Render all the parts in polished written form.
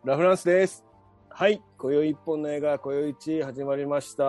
ラフランスです。はい。今宵一本の映画、今宵一始まりました。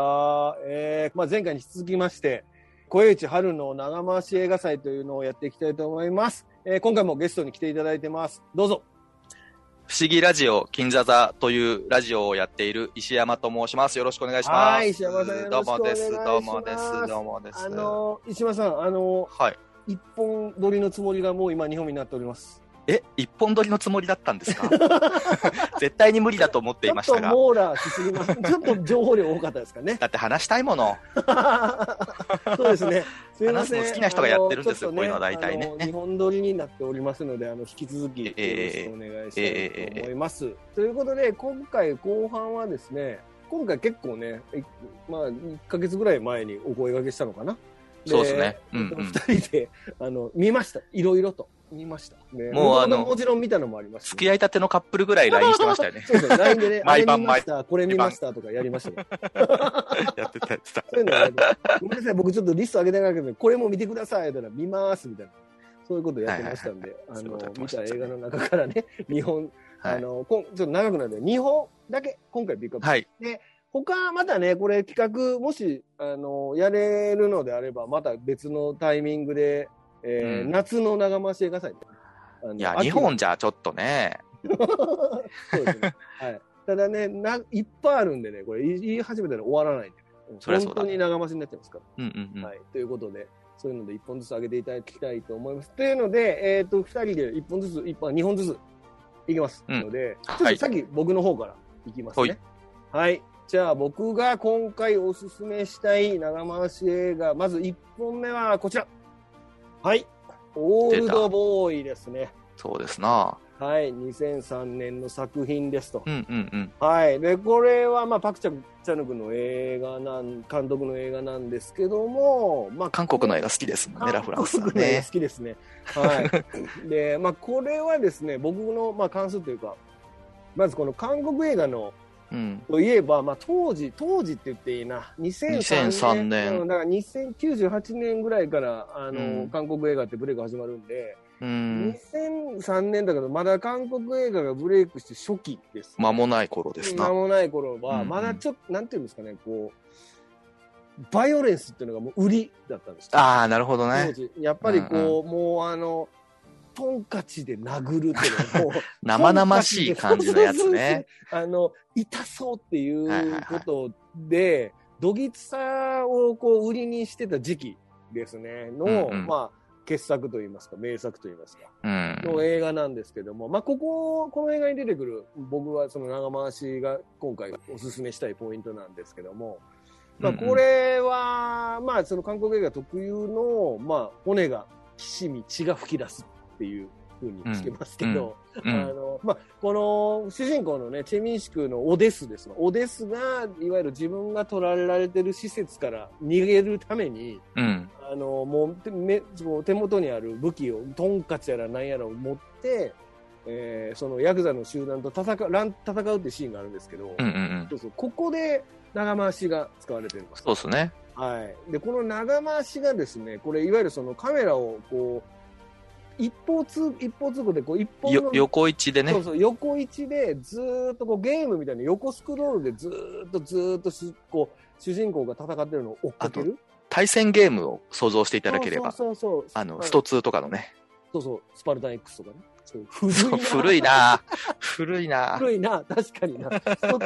前回に引き続きまして、今宵一春の長回し映画祭というのをやっていきたいと思います。今回もゲストに来ていただいてます。どうぞ。 不思議ラジオ金座座というラジオをやっている石山と申します。よろしくお願いします。 はい、石山さんよろしくお願いします。 どうもです。どうもです。 石山さん、 はい。 一本撮りのつもりがもう今2本になっております。 一本撮りのつもりだったんですか？絶対に無理だと思っていましたが。 ちょっと網羅しすぎます。ちょっと情報量多かったですかね。 だって話したいもの。 そうですね。すいません。 話すの好きな人がやってるんですよ、こういうのは大体ね。 日本撮りになっておりますので、引き続きよろしくお願いしたいと思います。ということで、今回後半はですね、今回結構ね、1ヶ月ぐらい前にお声掛けしたのかな。 そうですね。 二人で、見ました。いろいろと。見ました。ね、もちろん見たのもあります、ね。 付き合いたてのカップルぐらい LINE してましたよね。 そうそう、LINE でね、 毎晩見ました、これ見ましたとかやりましたよ。 やってた。 そういうのは、ごめんなさい、僕ちょっとリスト上げてなかったけど、これも見てくださいって言ったら見ますみたいな。そういうことやってましたんで、見た映画の中からね、2本、ちょっと長くなるので、2本だけ今回ピックアップして、はい、他またね、これ企画、もし、やれるのであれば、また別のタイミングで、夏の長回し映画祭。 いや、2本じゃちょっとね。 そうですね。はい。ただね、いっぱいあるんでね、これ言い始めたら終わらないんで、ね、本当に長回しになっちゃいますから。はい。ということで、そういうので1本ずつ上げていただきたいと思います。というので、2人で1本ずつ、2本ずついきますので、ちょっとさっき僕の方からいきますね。はい。じゃあ僕が今回おすすめしたい長回し映画、まず1本目はこちら。はい。オールドボーイですね。 そうですな。 はい。2003年の作品ですと。はい。で、これは、パクチャヌクの監督の映画なんですけども、 韓国の映画好きですもんね、ラフランスはね。 韓国の映画好きですね。はい。で、これはですね、僕の、感想というか、まずこの韓国映画の、といえば、当時って言っていいな、2003年。だから2098年ぐらいから、韓国映画ってブレイク始まるんで、2003年だけど、まだ韓国映画がブレイクして初期です、 間もない頃ですな。 間もない頃は、まだちょっと、なんていうんですかね、こう、バイオレンスっていうのがもう売りだったんです。 ああ、なるほdaね。 やっぱりこう、もうトンカチで殴るっていうのも生々しい感じのやつね。 痛そうっていうことで、どぎつさをこう売りにしてた時期ですねの、傑作といいますか、名作といいますか、の映画なんですけども、この映画に出てくる僕はその長回しが今回おすすめしたいポイントなんですけども、これは、その韓国映画特有の、骨がきしみ血が噴き出すっていう風にしてますけど、この主人公のね、チェミンシクのオデスです。オデスが、いわゆる自分が取られられてる施設から逃げるために、もう手元にある武器を、トンカチやら何やらを持って、そのヤクザの集団と戦うってシーンがあるんですけど、ここで長回しが使われています。 そうですね。 はい。で、この長回しがですね、これいわゆるそのカメラをこう、一方通行でこう一本の横位置でね。 そうそう、横位置でずーっとこうゲームみたいな横スクロールでずーっとこう主人公が戦ってるのを追っかける。 対戦ゲームを想像していただければ。 そうスト2とかのね。 そう、スパルタン X とかね。 古いな確かにな。スト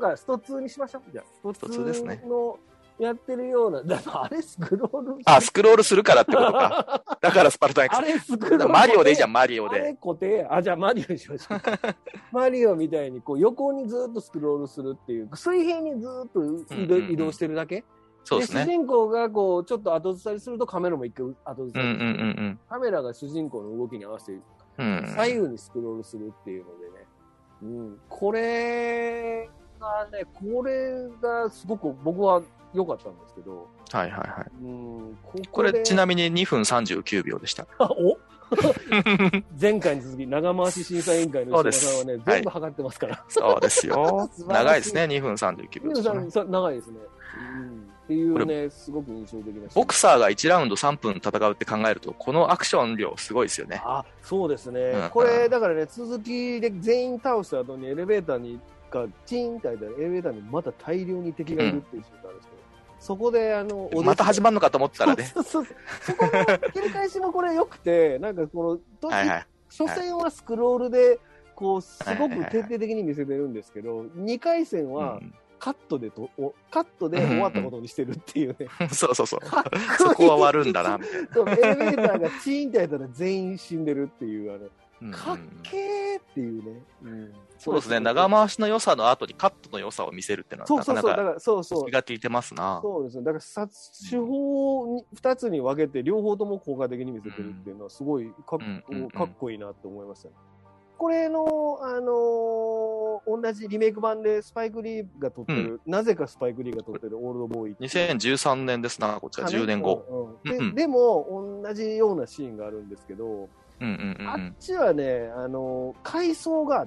2にしましょう。じゃあ、スト2ですね。やってるような、あれスクロールスクロールするからってことか。だからスパルタン X。 あれスクロール。 マリオでいいじゃん、マリオで。 あれ固定じゃあマリオにしましょう。マリオみたいにこう横にずっとスクロールするっていう、水平にずっと移動してるだけ。 そうですね。 主人公がこう、ちょっと後ずさりするとカメラも一回後ずさりする。カメラが主人公の動きに合わせて、左右にスクロールするっていうのでね。これがすごく僕は良かったんですけど。 これちなみに2分39秒でした。 お前回に続き長回し審査委員会の石田さんはね、全部測ってますから。 そうですよ。長いですね、2分39秒。 長いですね。 っていうね、すごく印象的な。 ボクサーが1ラウンド3分戦うって考えると、このアクション量すごいですよね。 あ、そうですね。これ、だからね、続きで全員倒した後にエレベーターに、チーンって開いたらエレベーターにまた大量に敵がいるっていう瞬間なんですけど、そこでまた始まるのかと思ってたらね。 そこの切り返しもこれ良くて、なんかこの、初戦はスクロールで、こう、すごく徹底的に見せてるんですけど、2回戦はカットで終わったことにしてるっていうね。 そう。そこは割るんだな、みたいな。 エレベーターがチーンって開いたら全員死んでるっていう、かっけーっていうね。 そうですね、長回しの良さの後にカットの良さを見せるっていうのは、なかなか気が利いてますな。 そうですね、だから手法に2つに分けて、両方とも効果的に見せてるっていうのは、すごいかっこいいなって思いましたね。これの、同じリメイク版でスパイク・リーが撮ってる、なぜかスパイク・リーが撮ってるオールドボーイ。 2013年ですな、こちら10年後。 でも、同じようなシーンがあるんですけど、あっちはね、階層があって、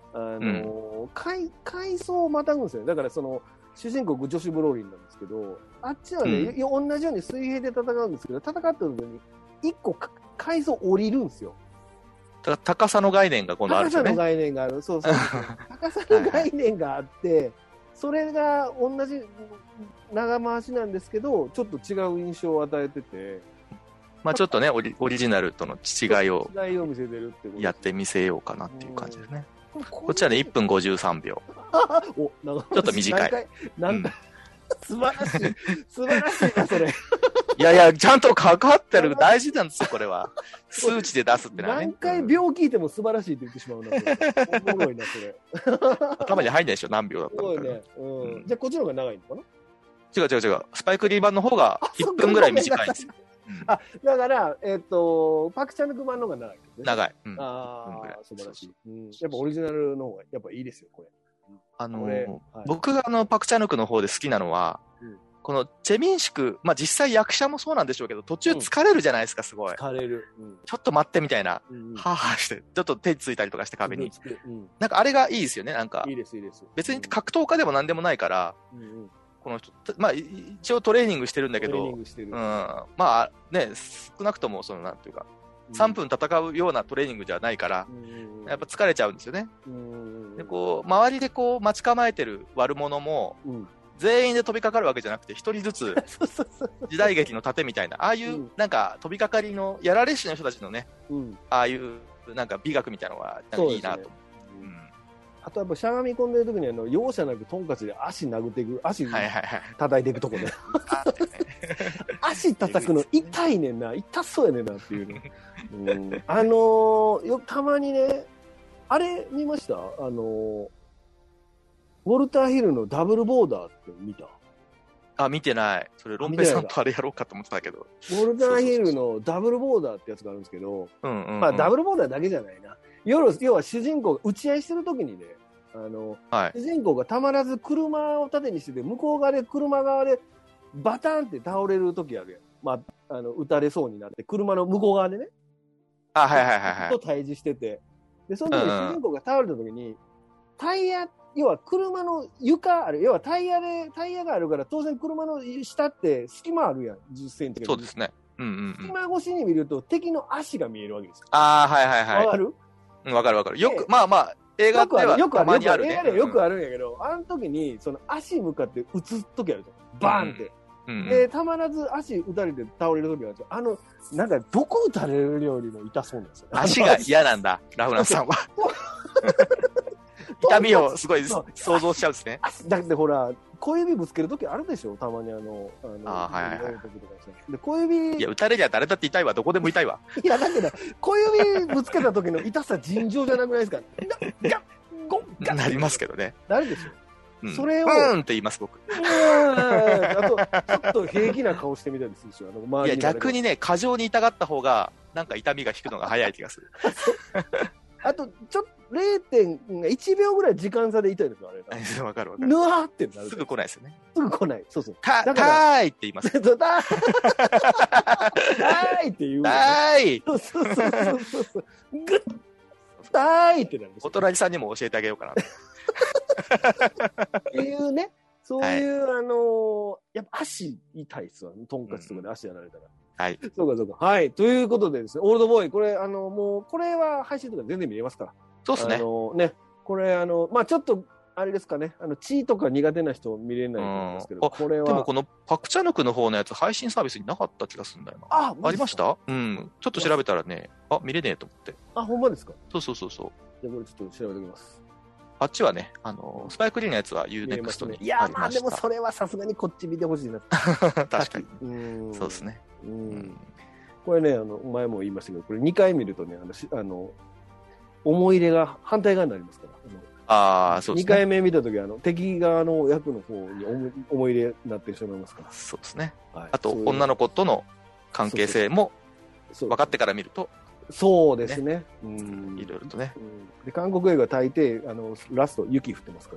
階層をまたぐんですよ。だから主人公ジョシュ・ブローリンなんですけど、あっちはね、同じように水平で戦うんですけど、戦った時に1個階層降りるんですよ。 高さの概念が今度あるんですよね。 高さの概念がある。そう。高さの概念があって、それが同じ長回しなんですけど、ちょっと違う印象を与えてて。 まあちょっとね、オリジナルとの違いを見せてるってことやってみせようかなっていう感じですね。こっちはね、1分53秒。ちょっと短い。 素晴らしいな、それ。 いや、ちゃんとかかってる。大事なんですよ、これは。数値で出すってのはね。 何回秒聞いても素晴らしいって言ってしまうな。おもろいな、それ。 頭に入んないでしょ、何秒だったのか。 すごいね。じゃあ、こっちの方が長いのかな？ 違う。スパイクリー版の方が1分ぐらい短いんですよ。 だから、パクチャヌク版の方が長いですね。 長い。 素晴らしい。やっぱオリジナルの方がやっぱいいですよ、これ。 僕がパクチャヌクの方で好きなのは、このチェミンシク、まあ実際役者もそうなんでしょうけど、途中疲れるじゃないですか、すごい。 疲れる。 ちょっと待ってみたいな。はぁはぁして、ちょっと手ついたりとかして壁に。なんかあれがいいですよね、なんか。 いいです。 別に格闘家でも何でもないから、この人、まあ一応トレーニングしてるんだけど、まあね、少なくともなんていうか、3分戦うようなトレーニングじゃないから、やっぱ疲れちゃうんですよね。で、周りで待ち構えてる悪者も、全員で飛びかかるわけじゃなくて、一人ずつ、時代劇の盾みたいな、ああいう、なんか、飛びかかりの、やられしの人たちのね、ああいう、なんか、美学みたいなのが、いいなと。 あとやっぱしゃがみ込んでる時に容赦なくトンカチで足殴っていく、足叩いていくとこね。足叩くの痛いねんな、痛そうやねんなっていうね。たまにね、あれ見ました？ウォルターヒルのダブルボーダーって見た？ 見てない。それ、ロンペさんとあれやろうかと思ってたけど。 ウォルターヒルのダブルボーダーってやつがあるんですけど、まあダブルボーダーだけじゃないな。要は主人公が打ち合いしてる時にね、主人公がたまらず車を盾にしてて、向こう側で車側でバタンって倒れる時あるやん。まあ、撃たれそうになって、車の向こう側でね。と対峙してて。で、その時に主人公が倒れた時に、要は車の床ある、要はタイヤがあるから、当然車の下って隙間あるやん、10センチ。 そうですね。 隙間越しに見ると敵の足が見えるわけですよ。 わかる？ わかる。よく、まあ、映画ではたまにあるね。 映画ではよくあるんやけど、あの時に、足向かって撃つ時あるじゃん。バーンって。で、たまらず足打たれて倒れる時は、なんか、どこ打たれるよりも痛そうなんですよね。 足が嫌なんだ、ラフナさんは。痛みをすごい想像しちゃうんですね。 だってほら、小指ぶつけるときあるでしょ、たまにで、小指。 いや、打たれりゃ誰だって痛いわ、どこでも痛いわ。 いや、だけど、小指ぶつけた時の痛さ尋常じゃなくないですか？ なりますけどね。 なるでしょ。それを。 って言います、僕。 あと、ちょっと平気な顔してみたりするでしょ。 いや、逆にね、過剰に痛がった方が、なんか痛みが引くのが早い気がする。 あと、0.1 秒ぐらい時間差で痛いですよ、あれ。 わかる。 ぬわーってなる。 すぐ来ないですよね。 すぐ来ない。そう。 たーいって言います。 たーいって言う。 たーい。 そう。ぐったーいってなる。 お隣さんにも教えてあげようかな。 っていうね、 そういう、はい、やっぱ足痛いっすわ、とんかつとかで足やられたら。 はい。 そうかそうか。はい。ということでですね、オールドボーイ、これ、もう、これは配信とか全然見れますから。 そうですね。 ね、これ、まあちょっと、あれですかね、血とか苦手な人見れないと思いますけど、これは。 でもこのパクチャヌクの方のやつ、配信サービスになかった気がするんだよな。ありました？うん。ちょっと調べたらね、見れねえと思って。 ほんまですか？ そうそうそうそう。 じゃあこれちょっと調べておきます。 あっちはね、スパイクリーンのやつは UNEXT に、ね。 いや、まあでもそれはさすがにこっち見てほしいな。 確かに。そうですね。 これね、前も言いましたけど、これ2回見るとね、思い入れが反対側になりますから。 そうですね。 2回目見たときは、敵側の役の方に思い入れになってしまいますから。 そうですね。はい、あと、女の子との関係性も分かってから見ると、 そうですね。 いろいろとね。 で、韓国映画大抵、ラスト雪降ってますから。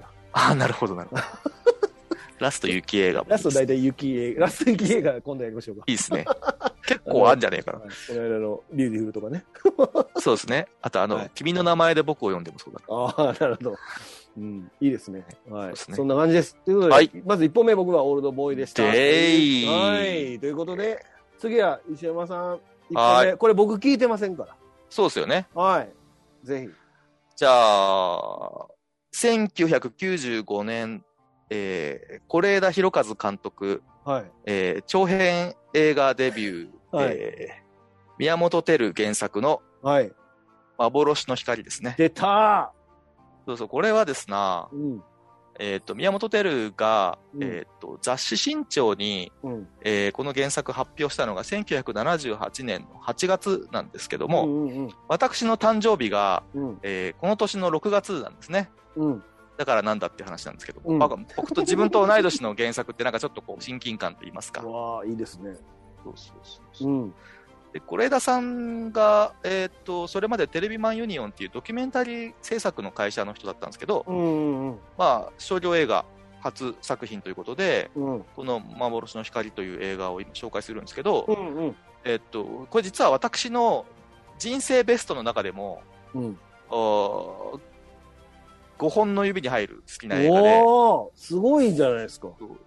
なるほど、なるほど。ラスト雪映画も。 ラスト大体雪映画。ラスト雪映画今度やりましょうか。 いいですね。結構あんじゃねえかな。この間のビューティフルとかね。 そうですね。あと君の名前で僕を呼んでもそうだ。 なるほど。いいですね。はい。そんな感じです。ということで、まず1本目僕はオールドボーイでした。はい。ということで、次は石山さん。これ僕聞いてませんから。 そうですよね。 はい。ぜひ。 じゃあ、1995年、是枝裕和監督、はい、長編映画デビュー、はい、宮本照原作の、はい、幻の光ですね。 出たー！そうそう、これはですな、宮本照が、雑誌新潮に、この原作発表したのが1978年の8月なんですけども、私の誕生日が、この年の6月なんですね。だからなんだっていう話なんですけど、僕と自分と同い年の原作ってなんかちょっとこう親近感と言いますか。 わあ、いいですね。 そうそうそう。で、是枝さんが、それまでテレビマンユニオンっていうドキュメンタリー制作の会社の人だったんですけど、まあ、商業映画初作品ということで、この幻の光という映画を今紹介するんですけど、これ実は私の人生ベストの中でも、5本の指に入る好きな映画で。 すごいじゃないですか。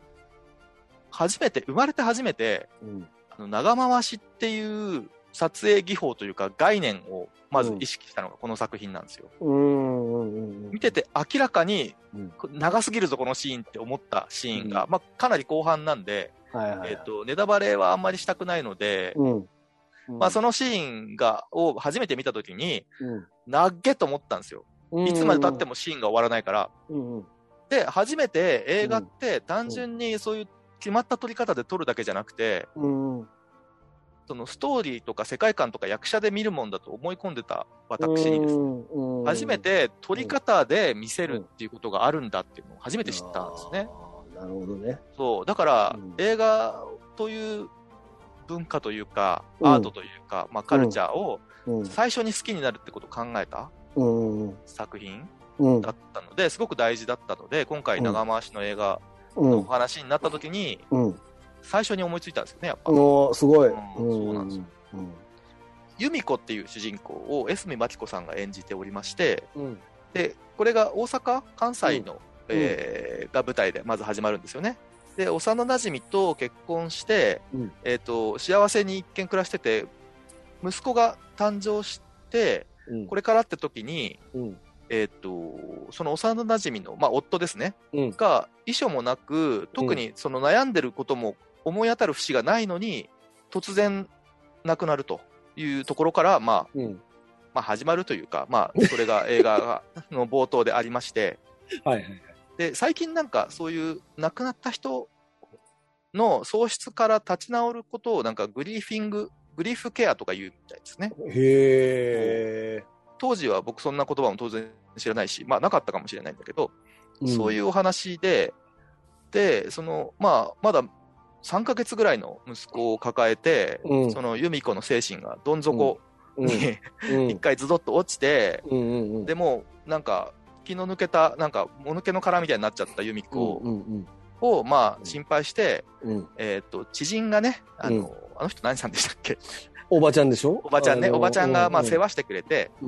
生まれて初めて、長回しっていう撮影技法というか概念をまず意識したのがこの作品なんですよ。見てて明らかに長すぎるぞこのシーンって思ったシーンが、まあ、かなり後半なんで、ネタバレはあんまりしたくないので、まあ、そのシーンを初めて見たときに、なっげと思ったんですよ。いつまで経ってもシーンが終わらないから。で、初めて映画って単純にそういう決まった撮り方で撮るだけじゃなくて、そのストーリーとか世界観とか役者で見るもんだと思い込んでた私にですね、初めて撮り方で見せるっていうことがあるんだっていうのを初めて知ったんですね。 なるほどね。 そう。だから、映画という文化というか、アートというか、まあカルチャーを最初に好きになるってことを考えた作品だったので、すごく大事だったので、今回長回しの映画のお話になった時に、最初に思いついたんですよね、やっぱ。 すごい。 そうなんですよ。由美子っていう主人公を江角真紀子さんが演じておりまして、で、これが大阪、関西の、が舞台でまず始まるんですよね。で、幼馴染と結婚して、幸せに一見暮らしてて、息子が誕生して、これからって時に、その幼馴染の、まあ、夫ですね、が遺書もなく、特にその悩んでることも思い当たる節がないのに、突然亡くなるというところから、まあ始まるというか、まあ、それが映画の冒頭でありまして、で、最近なんかそういう亡くなった人の喪失から立ち直ることをなんかグリーフケアとか言うみたいですね。 へー。 当時は僕そんな言葉も当然知らないし、まあなかったかもしれないんだけど、そういうお話で、その、まあ、まだ3ヶ月ぐらいの息子を抱えて、その由美子の精神がどん底に一回ズドッと落ちて、でもなんか気の抜けた、なんかもぬけの殻みたいになっちゃった由美子を、まあ心配して、知人がね、あの人何さんでしたっけ？ おばちゃんでしょ？ おばちゃんね、おばちゃんがまあ世話してくれて、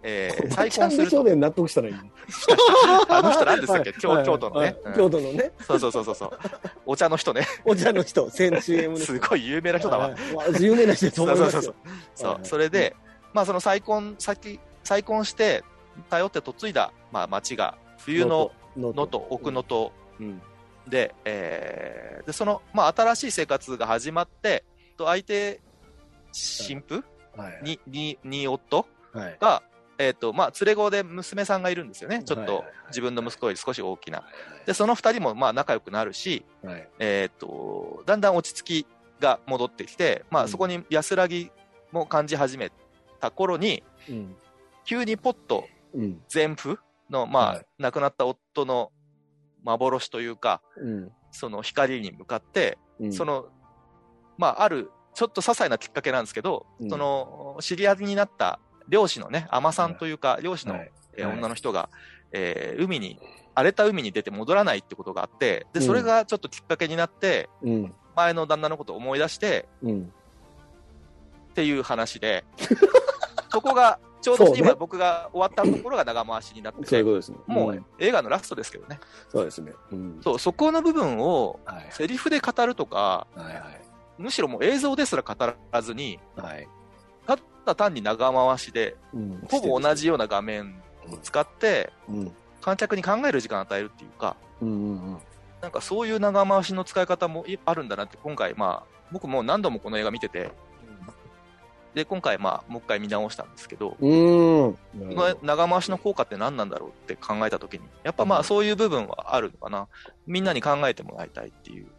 再婚すると。納得したらいい。 あの人なんでしたっけ、京都のね。 京都のね。 そう。お茶の人ね。 お茶の人、CM すごい有名な人だわ。 有名な人だと思いますよ。 そう。それで、まあその再婚して、頼って嫁いだ、まあ町が、冬の能登、奥能登で、で、その、まあ新しい生活が始まって、相手、新婦に夫が、まあ、連れ子で娘さんがいるんですよね。ちょっと自分の息子より少し大きな。で、その二人もまあ仲良くなるし、だんだん落ち着きが戻ってきて、まあそこに安らぎも感じ始めた頃に、急にポッと前夫の、まあ亡くなった夫の幻というか、その光に向かって、その、まあある、ちょっと些細なきっかけなんですけど、その知り合いになった漁師のね、海女さんというか、漁師の、女の人が、荒れた海に出て戻らないってことがあって、で、それがちょっときっかけになって、前の旦那のことを思い出して、っていう話で、そこが、ちょうど今僕が終わったところが長回しになってて、もう映画のラストですけどね。 そうですね。 そう、そこの部分を、セリフで語るとか、むしろもう映像ですら語らずに、ただ単に長回しで、ほぼ同じような画面を使って、観客に考える時間を与えるっていうか、なんかそういう長回しの使い方もあるんだなって、今回まあ、僕も何度もこの映画見てて、で、今回まあ、もう一回見直したんですけど、この長回しの効果って何なんだろうって考えたときに、やっぱまあそういう部分はあるのかな。みんなに考えてもらいたいっていう、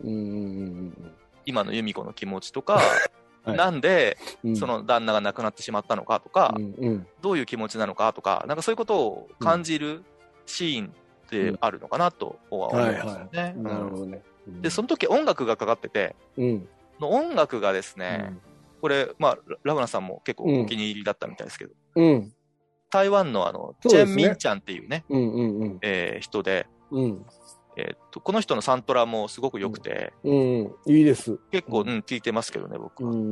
今の由美子の気持ちとか、なんで、その旦那が亡くなってしまったのかとか、どういう気持ちなのかとか、なんかそういうことを感じるシーンってあるのかなとは思いますね。なるほどね。で、その時音楽がかかってて、音楽がですね、これ、まあ、ラグナさんも結構お気に入りだったみたいですけど、台湾のチェン・ミンちゃんっていうね、人で、この人のサントラもすごく良くて、 いいです。 結構、聞いてますけどね、僕は。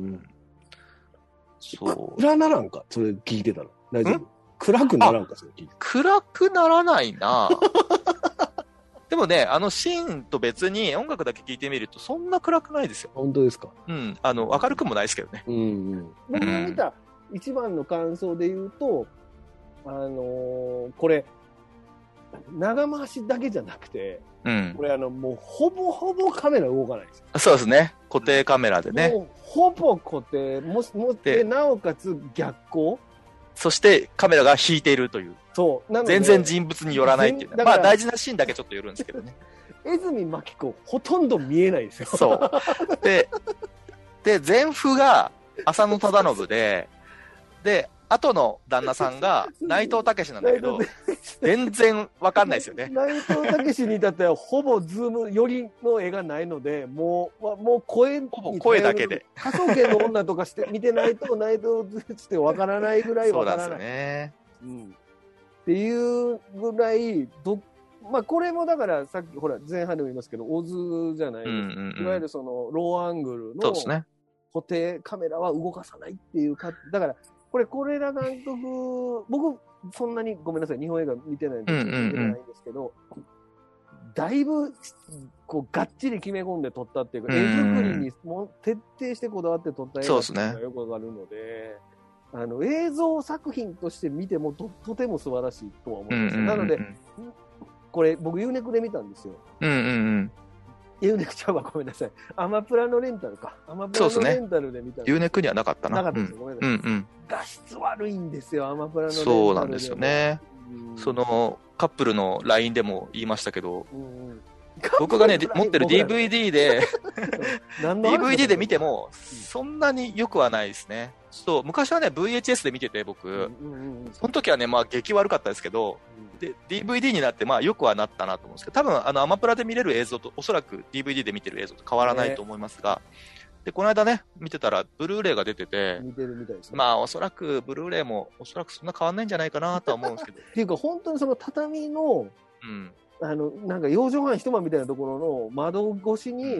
そう。暗ならんかそれ聞いてたら。大丈夫？暗くならんかそれ聞いて。 暗くならないなでもね、シーンと別に音楽だけ聞いてみるとそんな暗くないですよ。 本当ですか？ 明るくもないですけどね。 僕が見た一番の感想で言うと、これ、長回しだけじゃなくて、これもうほぼほぼカメラ動かないんですよ。 そうですね。固定カメラでね。 もうほぼ固定、で、なおかつ逆光。 そしてカメラが引いているという。 そう。 全然人物に寄らないっていう、ね。まあ大事なシーンだけちょっと寄るんですけどね。 江住真紀子、ほとんど見えないですよ。 そう。で、前夫が浅野忠信で、後の旦那さんが内藤武なんだけど、全然わかんないですよね。 内藤武に至ってはほぼズーム寄りの絵がないので、もう声だけで。 科捜研の女とかして見てないと内藤ってわからないぐらいわからない。そうなんですよね。っていうぐらい、まあこれもだからさっきほら前半でも言いますけど、オズじゃないですか。いわゆるそのローアングルの固定カメラは動かさないっていうか、だから是枝監督、僕そんなにごめんなさい、日本映画見てないんで見てないんですけど、だいぶこうがっちり決め込んで撮ったっていうか、絵作りにも徹底してこだわって撮った映画っていうのがよくわかるので、映像作品として見てもとても素晴らしいとは思います。なので、これ僕 UNEXT で見たんですよ。UNEXT ちゃうわ、ごめんなさい。アマプラのレンタルか。アマプラのレンタルで見たんです。 UNEXT にはなかったな。 なかったですよ。ごめんなさい。画質悪いんですよ、アマプラのレンタルで。 そうなんですよね。そのカップルの LINE でも言いましたけど、僕がね、持ってる DVD で、DVD で見ても、そんなに良くはないですね。そう、昔はね、VHS で見てて、僕。その時はね、まあ、激悪かったですけど、で、DVD になって、まあ、良くはなったなと思うんですけど、多分、アマプラで見れる映像と、おそらく DVD で見てる映像と変わらないと思いますが、で、この間ね、見てたら、ブルーレイが出てて、 見てるみたいですね。 まあ、おそらく、ブルーレイも、おそらくそんな変わんないんじゃないかなとは思うんですけど。 っていうか、本当にその畳の、なんか4畳半一間みたいなところの窓越しに、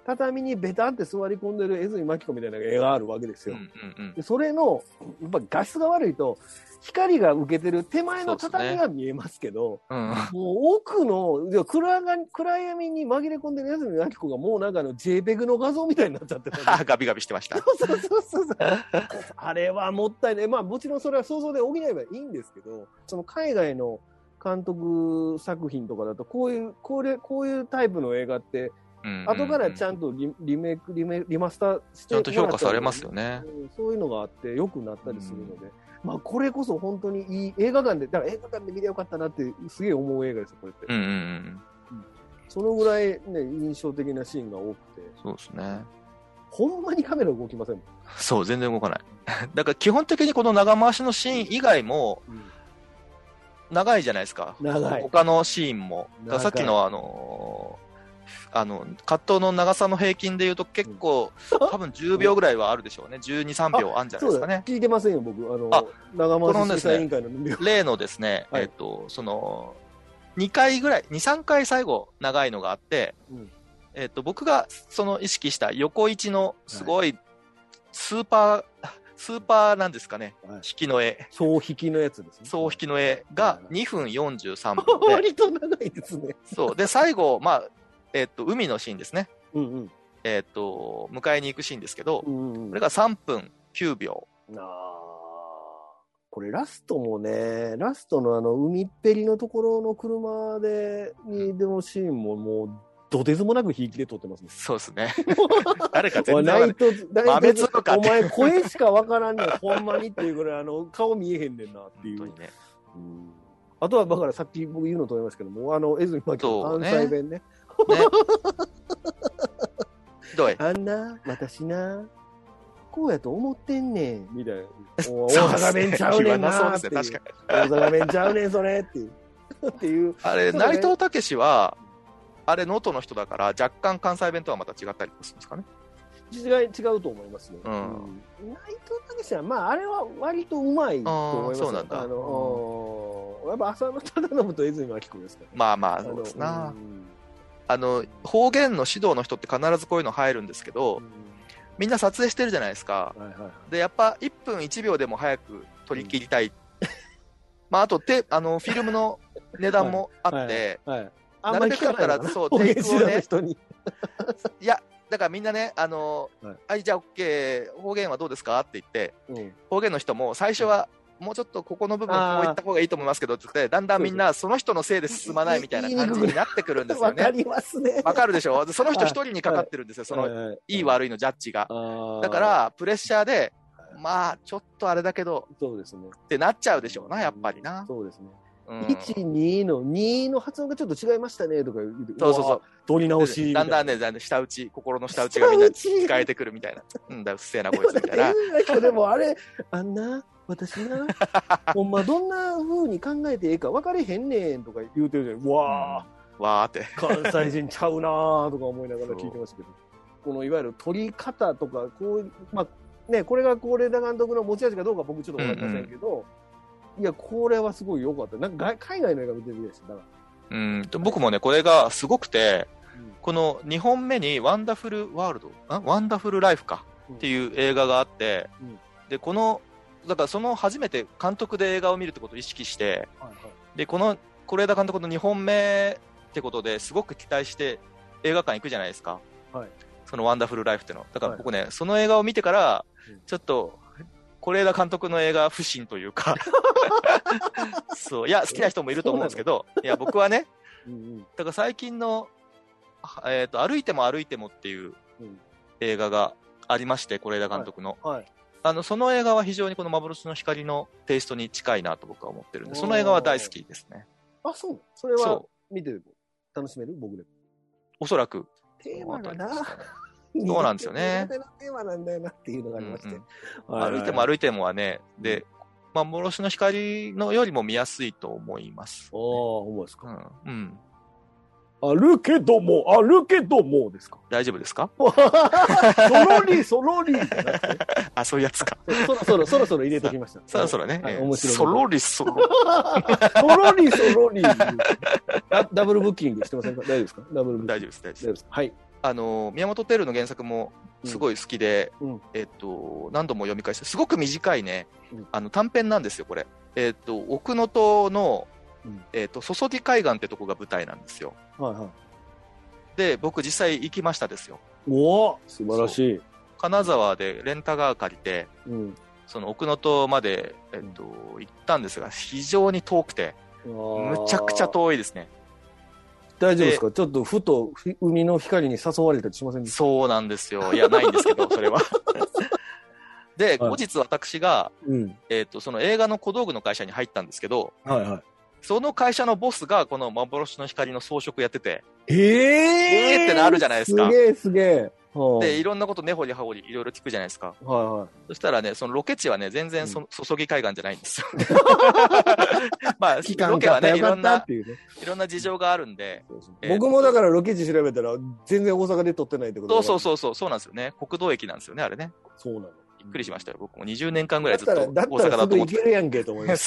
畳にベタって座り込んでる江角真紀子みたいな絵があるわけですよ。でそれの、やっぱ画質が悪いと、光が受けてる手前の畳が見えますけど、もう奥の暗闇に紛れ込んでる江角真紀子がもうなんかJPEG の画像みたいになっちゃってた。 ガビガビしてました。 そう。あれはもったいない。まあもちろんそれは想像で補えばいいんですけど、その海外の監督作品とかだと、こういうタイプの映画って、後からちゃんとリマスターしてちゃんと評価されますよね。 そういうのがあって良くなったりするので、まあこれこそ本当にいい映画館で、だから映画館で見てよかったなってすげえ思う映画ですよ、これって。そのぐらいね、印象的なシーンが多くて。 そうですね。 ほんまにカメラ動きませんもん。 そう、全然動かない。だから基本的にこの長回しのシーン以外も、長いじゃないですか。 長い。 他のシーンも。さっきのカットの長さの平均で言うと結構、多分10秒ぐらいはあるでしょうね。12、3秒あるんじゃないですかね。 聞いてませんよ、僕。長回し審査委員会の例のですね、2回ぐらい、2、3回最後長いのがあって、僕がその意識した横一のすごいスーパーなんですかね、引きの絵。 総引きのやつですね。 総引きの絵が2分43秒で。 割と長いですね。 そう。で、最後、まあ、海のシーンですね。迎えに行くシーンですけど、これが3分9秒。 これラストもね、ラストの海っぺりのところの車でのシーンももう、どてつもなく引きで撮ってますね。 そうですね。誰か全然豆粒かお前声しかわからんねん、ほんまにっていうぐらい顔見えへんねんなっていう。 本当にね。 あとはだからさっき僕言うのと思いますけども、江角真紀子の関西弁ね。 どうやあんな、私な、こうやと思ってんねん、みたいな。大阪弁ちゃうねんなーっていう。確かに。大阪弁ちゃうねん、それっていう。っていう。 あれ、内藤武は、あれ、能登の人だから、若干関西弁とはまた違ったりするんですかね。 違うと思いますね。内藤武は、まあ、あれは割とうまいと思います。 そうなんだ。 やっぱ浅野忠信と江角真紀子ですから。 まあまあ、そうですな。方言の指導の人って必ずこういうの入るんですけど、みんな撮影してるじゃないですか。で、やっぱ1分1秒でも早く撮り切りたい。まあ、あと、フィルムの値段もあって、なるべくだったら、そう、テイクをね、いや、だからみんなね、はい、じゃあ OK、方言はどうですかって言って、方言の人も最初は、もうちょっとここの部分こういった方がいいと思いますけどって言って、だんだんみんなその人のせいで進まないみたいな感じになってくるんですよね。 わかりますね。 わかるでしょ。その人一人にかかってるんですよ。その、いい悪いのジャッジが。だから、プレッシャーで、まあ、ちょっとあれだけど、 そうですね。 ってなっちゃうでしょうな、やっぱりな。 そうですね。1、2の2の発音がちょっと違いましたねとか言うて、 そう。 取り直し。 だんだんね、心の下打ちがみんな聞えてくるみたいな。うんだ、うっせえな、こいつみたいな。 でもあれ、あんな、私な、ほんまどんな風に考えてええか分かれへんねんとか言うてるじゃん。わーって。 関西人ちゃうなーとか思いながら聞いてましたけど。このいわゆる取り方とか、こういう、まあ、ね、これが是枝監督の持ち味かどうか僕ちょっと分かりませんけど、いや、これはすごい良かった。なんか海外の映画見てるみたいでした。だから僕もね、これがすごくて、この2本目にワンダフルワールド、ワンダフルライフかっていう映画があって、で、だからその初めて監督で映画を見るってことを意識して、で、是枝監督の2本目ってことですごく期待して映画館行くじゃないですか。そのワンダフルライフっての。だから僕ね、その映画を見てから、ちょっと、是枝監督の映画不信というかそう、いや、好きな人もいると思うんですけど、いや、僕はね、だから最近の、歩いても歩いてもっていう映画がありまして、是枝監督の。その映画は非常にこの幻の光のテイストに近いなと僕は思ってるんで、その映画は大好きですね。 あ、そう。それは見て楽しめる？僕でも。 おそらく。 テーマだな。 そうなんですよね。 テーマなんだよなっていうのがありまして。 歩いても歩いてもはね、で、幻の光のよりも見やすいと思います。 思いですか。歩けどもですか。 大丈夫ですか？ そろり。 あ、そういうやつか。 そろそろ入れてきました。 そろそろね。 面白い。 そろり。そろり。ダブルブッキングしてませんか？大丈夫ですか？ダブルブッキング。 大丈夫です。 はい。 宮本照の原作もすごい好きで、何度も読み返して、すごく短いね、短編なんですよ、これ。奥能登の、曽木海岸ってとこが舞台なんですよ。はいはい。で、僕実際行きましたですよ。 おー、素晴らしい。 金沢でレンタカー借りて、その奥能登まで、行ったんですが、非常に遠くて、むちゃくちゃ遠いですね。 大丈夫ですか？ちょっとふと海の光に誘われたりしませんでした？ そうなんですよ。いや、ないんですけど、それは。で、後日私が、その映画の小道具の会社に入ったんですけど、その会社のボスがこの幻の光の装飾やってて、ってなるじゃないですか。 すげえすげえ。 で、いろんなこと根掘り葉掘りいろいろ聞くじゃないですか。そしたらね、そのロケ地はね、全然注ぎ海岸じゃないんですよ。まあ、ロケはね、いろんな事情があるんで。 僕もだからロケ地調べたら、全然大阪で撮ってないってことそうなんですよね。国道駅なんですよね、あれね。 そうなの。 びっくりしましたよ。僕も20年間ぐらいずっと大阪だと思って。 だったらすぐ行けるやんけと思います。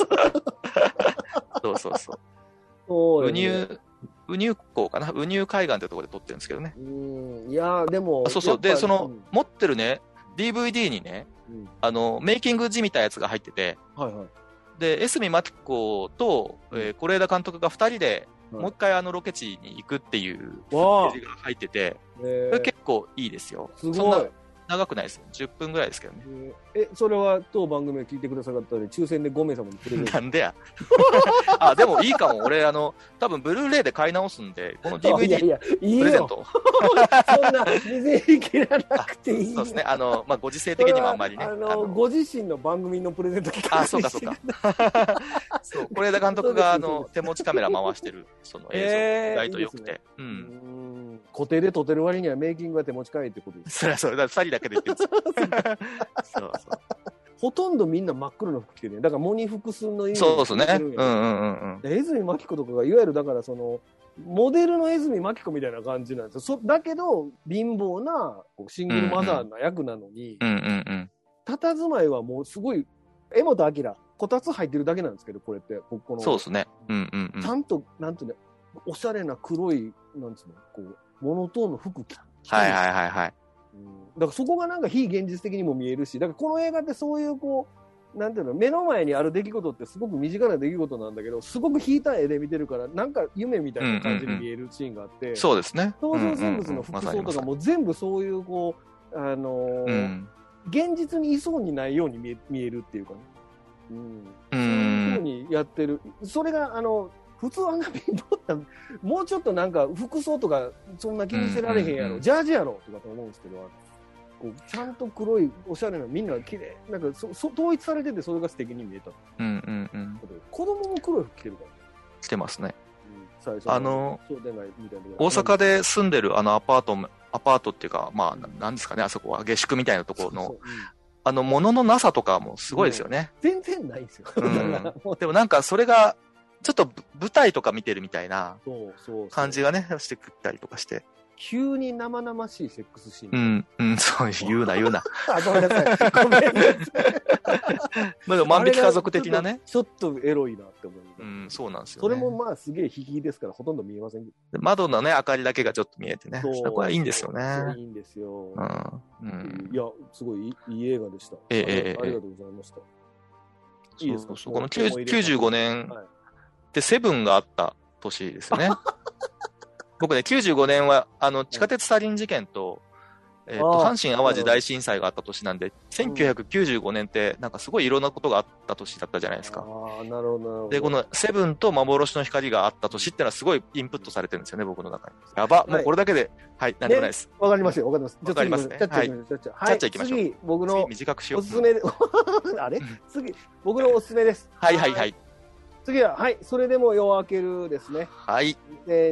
ウニュ港かな、ウニュ海岸ってところで撮ってるんですけどね。 いやでも。 で、その、持ってるね、DVD にね、メイキングじみたやつが入ってて、で、江角真紀子と、是枝監督が2人で、もう一回ロケ地に行くっていうフッテージが入ってて、これ結構いいですよ。 すごい。 長くないですよ。10分ぐらいですけどね。 それは当番組を聞いてくださったので、抽選で5名様にプレゼント。 なんでや。でもいいかも。俺、多分ブルーレイで買い直すんで、この DVD プレゼント。 そんな、水に切らなくていい。 そうですね。ご時世的にもあんまりね。 ご自身の番組のプレゼント企画。 そうか。そう、是枝監督が、手持ちカメラ回してる、その映像、意外と良くて。 固定で撮ってる割にはメイキングが手持ち帰りってことです。 そりゃそうだ、2人だけで言ってるんですよ。 ほとんどみんな真っ黒の服着てるね。だからモニ複数の意味そうですね。 江角真紀子とかがいわゆるだからそのモデルの江角真紀子みたいな感じなんですよ。だけど貧乏なシングルマザーな役なのに、佇まいはもうすごい柄本明こたつ入ってるだけなんですけど、これってこのそうですね。 ちゃんとなんていうの、おしゃれな黒いなんつうのこうモノトーンの服着てる。だからそこがなんか非現実的にも見えるし、だからこの映画ってそういうこうなんていうの、目の前にある出来事ってすごく身近な出来事なんだけど、すごく引いた絵で見てるからなんか夢みたいな感じに見えるシーンがあって、 そうですね。 登場人物の服装とかも全部そういうこう現実にいそうにないように見えるっていうかね、そういう風にやってる。それが普通あんな貧乏な、もうちょっとなんか服装とかそんな気にせられへんやろ、ジャージやろとかと思うんですけど、こうちゃんと黒いおしゃれなみんな綺麗なんか統一されてて、それが素敵に見えた。子供も黒い服着てるから。 着てますね。 大阪で住んでるアパートっていうか、まあなんですかね、あそこは下宿みたいなところの物のなさとかもすごいですよね。 全然ないですよ。 でもなんかそれがちょっと舞台とか見てるみたいな感じがね、してくったりとかして。 急に生々しいセックスシーン。そう言うな。 ごめんなさい。ごめんなさい。 まあ万引き家族的なね。 ちょっとエロいなって思う。 そうなんですよ。 それもまあすげえ引きですからほとんど見えませんけど。 窓のね、明かりだけがちょっと見えてね。そこはいいんですよね。 いいんですよ。いや、すごいいい映画でした。ありがとうございました。 いいですか。この95年でセブンがあった年ですよね。僕ね、95年は、地下鉄サリン事件と、阪神淡路大震災があった年なんで、1995年って、なんかすごいいろんなことがあった年だったじゃないですか。 なるほど。 で、このセブンと幻の光があった年ってのはすごいインプットされてるんですよね、僕の中に。やば、もうこれだけで、はい、なんでもないです。 わかりますよ、わかります。 わかりますね。 ちゃっちゃ行きましょう。次、僕のおすすめで、あれ次、僕のおすすめです。 はい。 次は、それでも夜明けるですね。 はい。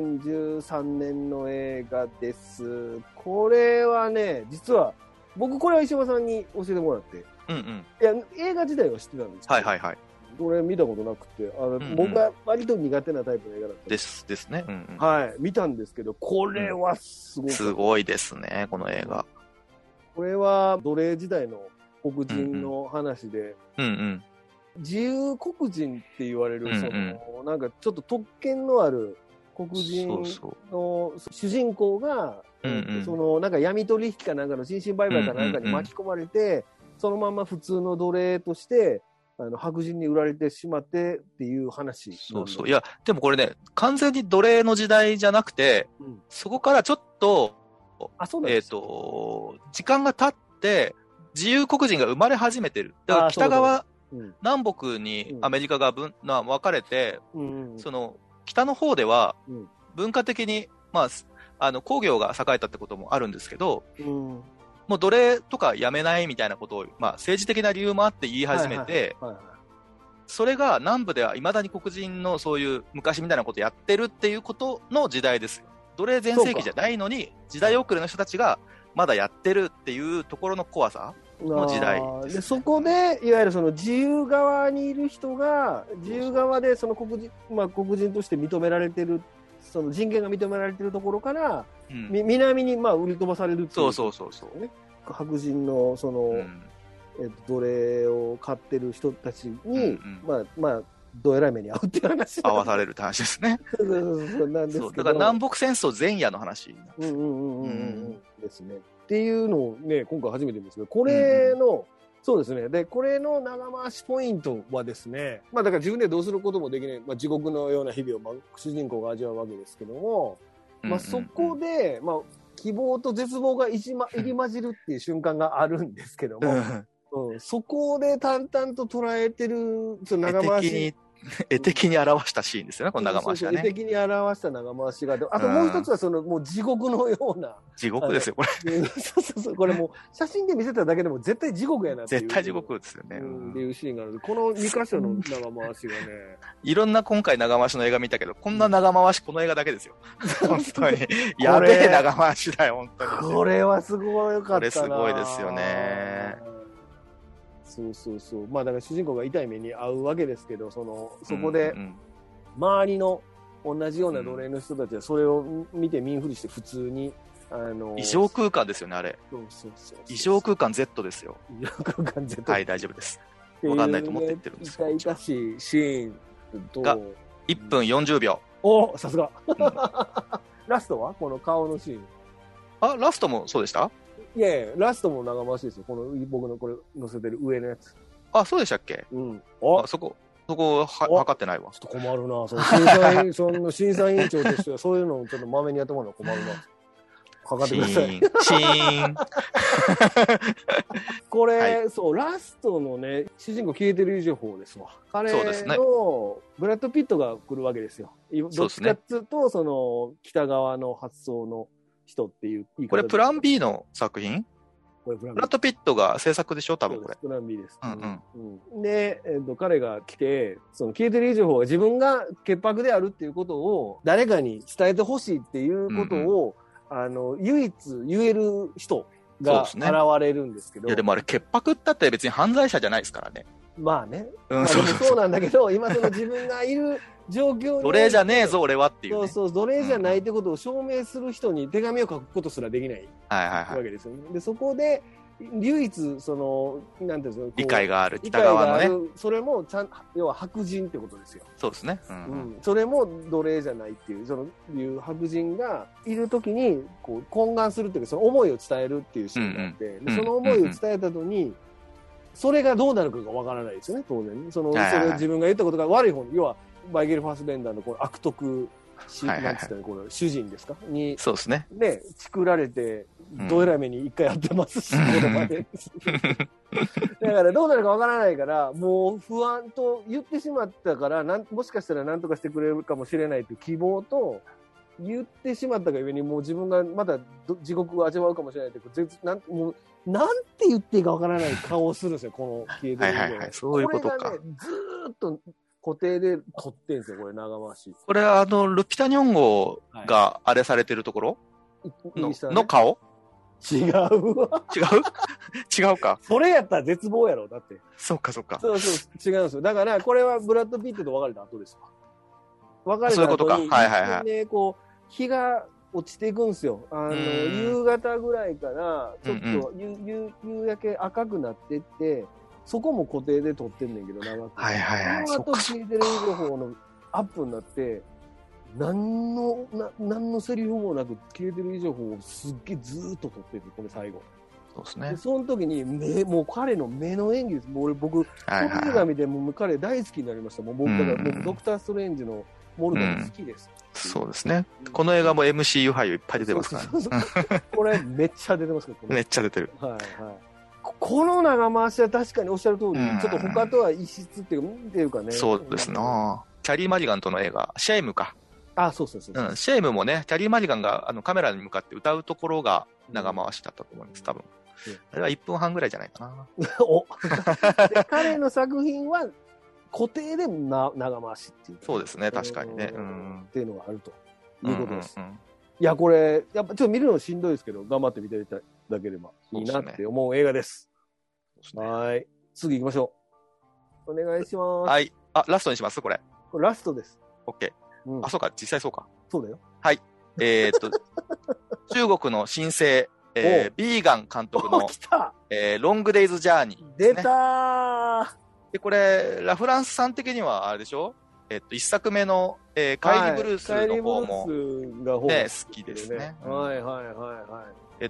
2013年の映画です。これはね、実は、僕これは石破さんに教えてもらって。いや、映画自体は知ってたんですけど。これ見たことなくて、僕が割と苦手なタイプの映画だったですね。 見たんですけど、これはすごい。 すごいですね、この映画。 これは奴隷時代の黒人の話で、自由黒人って言われる、なんかちょっと特権のある黒人の主人公がそのなんか闇取引かなんかの人身売買かなんかに巻き込まれて、そのまま普通の奴隷として白人に売られてしまってっていう話。 そうそう。いや、でもこれね、完全に奴隷の時代じゃなくて、そこからちょっと、時間が経って、自由黒人が生まれ始めてる。だから北側、南北にアメリカが分かれて、その、北の方では、文化的に、まあ、工業が栄えたってこともあるんですけど、もう奴隷とかやめないみたいなことを、まあ、政治的な理由もあって言い始めて、それが南部では未だに黒人のそういう昔みたいなことやってるっていうことの時代ですよ。奴隷全盛期じゃないのに、時代遅れの人たちがまだやってるっていうところの怖さの時代です、ね。 でそこで、いわゆるその自由側にいる人が、自由側でその黒人として認められてる、その人権が認められてるところから、南に売り飛ばされるっていう、 そう、 白人のその、奴隷を買ってる人たちに、どえらい目に遭うっていう話。 合わされるって話ですね。 なんですけど。 だから南北戦争前夜の話ですね。っていうのをね、今回初めてですけど、これの、そうですね。で、これの長回しポイントはですね、だから自分でどうすることもできない、地獄のような日々を、主人公が味わうわけですけども、そこで、希望と絶望が入り混じるっていう瞬間があるんですけども、そこで淡々と捉えてる、その長回し。 絵的に表したシーンですよね、この長回しはね。 絵的に表した長回しが。あともう一つは、その、もう地獄のような。 地獄ですよ、これ。 そう。これもう、写真で見せただけでも絶対地獄やなっていう。 絶対地獄ですよね。 っていうシーンがあるので、この2箇所の長回しがね。 いろんな今回長回しの映画見たけど、こんな長回しこの映画だけですよ。本当に。やべえ長回しだよ、本当に。 これはすごいよかったな。これすごいですよね。 そう。だから主人公が痛い目に遭うわけですけど、そこで、周りの同じような奴隷の人たちはそれを見て見んふりして普通に、 異常空間ですよね、あれ。 そう。 異常空間 Z ですよ。 異常空間 Z。 はい、大丈夫です。わかんないと思って言ってるんですよ。 痛々しいシーンと。 が、1分40秒。 お、さすが。ラストはこの顔のシーン。 あ、ラストもそうでした？ いやラストも長回しですよ。この僕のこれ載せてる上のやつ。 あ、そうでしたっけ？そこ測ってないわ。 ちょっと困るな。その審査委員長としてはそういうのをちょっとまめにやってもらうの困るな。測ってください。 チーン。 これ、そう、ラストのね、主人公消えてる以上ですわ。彼のブラッド・ピットが来るわけですよ。どっちかっつうと、その、北側の発想の人っていう言い方。 これプラン B の作品？ブラッド・ピットが制作でしょ多分これ。 プラン B です。で、彼が来て、その消えてる以上が自分が潔白であるっていうことを誰かに伝えてほしいっていうことを、唯一言える人が現れるんですけど。 いやでもあれ潔白だって別に犯罪者じゃないですからね。 まあね。そうなんだけど、今その自分がいる状況に。 奴隷じゃねえぞ俺はっていう、ね。 そう、奴隷じゃないってことを証明する人に手紙を書くことすらできないわけですよね。で、そこで、唯一、その、なんていうんですか、 理解がある、北側のね。 それも要は白人ってことですよ。 そうですね。 それも奴隷じゃないっていう、いう白人がいるときに、こう、懇願するっていうか、その思いを伝えるっていうシーンがあって、その思いを伝えた後に、それがどうなるかがわからないですよね、当然。それ自分が言ったことが悪い方に、要は、マイケル・ファスベンダーのこの悪徳、なんつったら、この主人ですかに、 そうですね。 ね、作られて、どえらい目に一回やってますし、だからどうなるかわからないから、もう不安と言ってしまったから、もしかしたら何とかしてくれるかもしれないという希望と、言ってしまったがゆえに、もう自分がまだ地獄を味わうかもしれないという、もうなんて言っていいかわからない顔をするんですよ、この消えてるの。 そういうことか。 これがね、ずーっと固定で撮ってんですよ、これ、長回し。 これルピタニョン号があれされてるところ、の顔違うわ。 違うか。 それやったら絶望やろ、だって。 そうか。そう、 違うんですよ。だから、これはブラッド・ピットと別れた後ですわ。別れた後に、ね、こう、日が落ちていくんですよ。夕方ぐらいから、ちょっと夕焼け赤くなってって、そこも固定で撮ってんねんけど、長く。その後、消えてる情報のアップになって、 何のセリフもなく消えてる以上をすっげえずーっと撮ってる、これ最後。 そうですね。 でその時にもう彼の目の演技です。もう僕、この映画見てもう彼大好きになりました。もう僕、だから僕、ドクター・ストレンジのモルガン好きです。 そうですね。この映画も MCU 俳優いっぱい出てますから。 これめっちゃ出てますから。 めっちゃ出てる。 はいはい。この長回しは確かにおっしゃる通り、ちょっと他とは異質っていうかね。 そうですな。キャリー・マリガンとの映画、シェイムか。 あ、そうそうそう。 シェイムもね、キャリー・マリガンがカメラに向かって歌うところが長回しだったと思います、多分。あれは1分半ぐらいじゃないかな。 おで彼の作品は固定で長回しっていう。 そうですね、確かにね。 っていうのがあるということです。いや、これ、やっぱちょっと見るのしんどいですけど、頑張って見ていただければいいなって思う映画です。はい。次行きましょう。お願いします。 はい。あ、ラストにしますこれ。 これラストです。 OK。あ、そうか、実際そうか。 そうだよ。 はい。中国の新星、ビーガン監督の、ロングデイズジャーニー、ね。 出たー。 で、これ、ラフランスさん的にはあれでしょ？一作目の、カイリブルースの方も、ね、好きですね。 はいはいはいはい。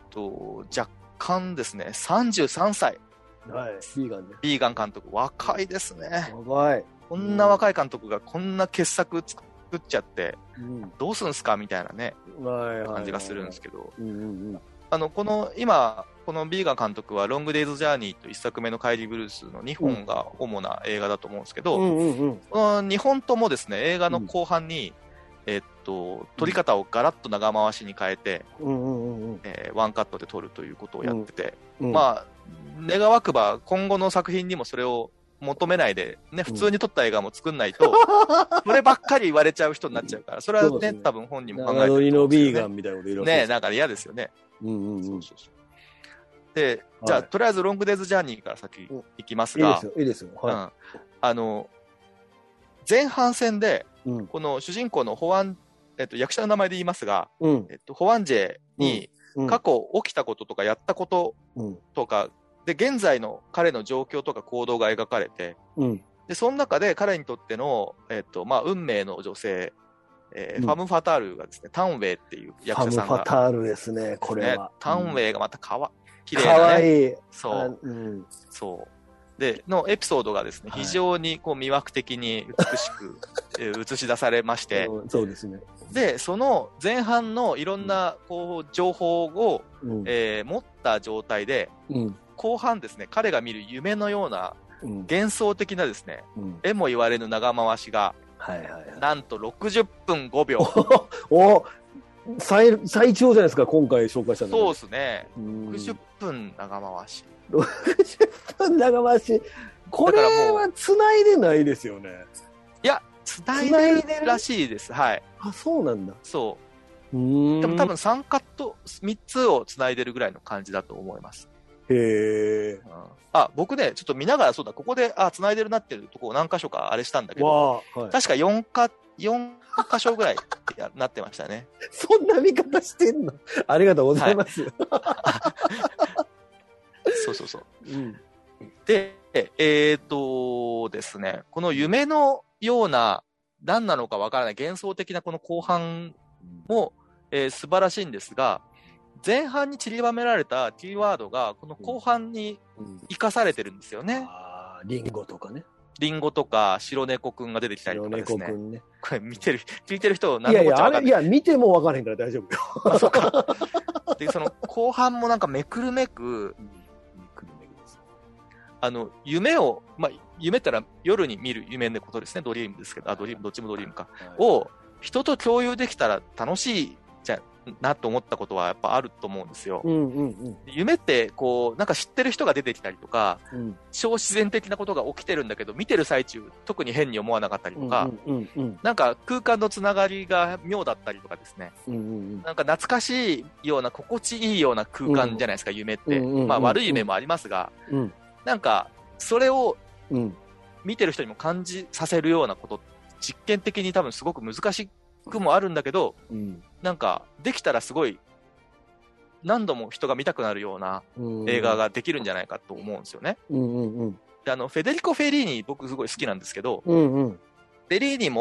若干ですね、33歳。 はい。 ビーガン監督。若いですね。 若い。 こんな若い監督がこんな傑作作っちゃって、どうすんすかみたいなね、感じがするんですけど。今、このビーガン監督はロングデイズジャーニーと1作目のカイリーブルースの2本が主な映画だと思うんですけど、この2本ともですね、映画の後半に、撮り方をガラッと長回しに変えて、ワンカットで撮るということをやってて、まあ、願わくば今後の作品にもそれを求めないで、ね、普通に撮った映画も作んないと、そればっかり言われちゃう人になっちゃうから、それはね、多分本人も考えてると思うんですよね。長乗りのビーガンみたいなこと言うわけですね。なんか嫌ですよね。で、じゃあ、とりあえずロングデイズジャーニーから先行きますが、 いいですよ。はい。前半戦で、この主人公のホワン、役者の名前で言いますが、ホワンジェに過去起きたこととかやったこととか、で、現在の彼の状況とか行動が描かれて、で、その中で彼にとっての、まあ、運命の女性、ファム・ファタールがですね、タンウェイっていう役者さんが。 ファム・ファタールですね、これは。 タンウェイがまた綺麗なね。 かわいい。 そう。そう。で、のエピソードがですね、非常にこう魅惑的に美しく映し出されまして、 そうですね。 で、その前半のいろんなこう情報を、持った状態で、後半ですね、彼が見る夢のような幻想的なですね、絵も言われぬ長回しが、なんと60分5秒。 お最長じゃないですか、今回紹介したの。 そうですね。60分長回し。 60分長回し。これは繋いでないですよね。 いや、繋いでるらしいです。はい。 あ、そうなんだ。 そう。でも多分3カット、3つを繋いでるぐらいの感じだと思います。 へえ。 あ、僕ね、ちょっと見ながら、そうだ、ここで、繋いでるなってるとこ何箇所かあれしたんだけど、確か4箇所ぐらいなってましたね。 そんな見方してんの？ありがとうございます。 そうそうそう。で、ですね、この夢のような、何なのかわからない幻想的なこの後半も、素晴らしいんですが、前半に散りばめられたキーワードが、この後半に生かされてるんですよね。 リンゴとかね。 リンゴとか白猫くんが出てきたりとかですね。 白猫くんね。 これ聞いてる人何のこっちゃわかんない。 いや、見てもわからへんから大丈夫よ。 そうか。で、その後半もなんかめくるめく、夢を、まあ、夢ってのは夜に見る夢のことですね。ドリームですけど、ドリーム、どっちもドリームか。を人と共有できたら楽しいじゃなと思ったことはやっぱあると思うんですよ。夢ってこうなんか知ってる人が出てきたりとか、超自然的なことが起きてるんだけど見てる最中特に変に思わなかったりとか、なんか空間のつながりが妙だったりとかですね、なんか懐かしいような心地いいような空間じゃないですか、夢って。まあ悪い夢もありますが、なんかそれを見てる人にも感じさせるようなこと、実験的に多分すごく難しくもあるんだけど、なんかできたらすごい何度も人が見たくなるような映画ができるんじゃないかと思うんですよね。でフェデリコ・フェリーニ僕すごい好きなんですけど、フェリーニも